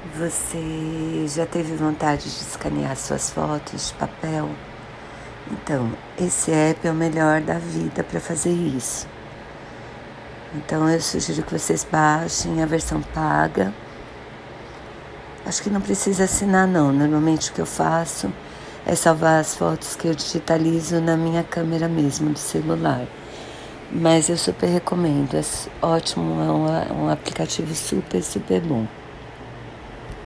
Você já teve vontade de escanear suas fotos de papel? Então, esse app é o melhor da vida para fazer isso. Então, eu sugiro que vocês baixem a versão paga. Acho que não precisa assinar, não. Normalmente o que eu faço é salvar as fotos que eu digitalizo na minha câmera mesmo, do celular. Mas eu super recomendo, é ótimo, é um aplicativo super, super bom.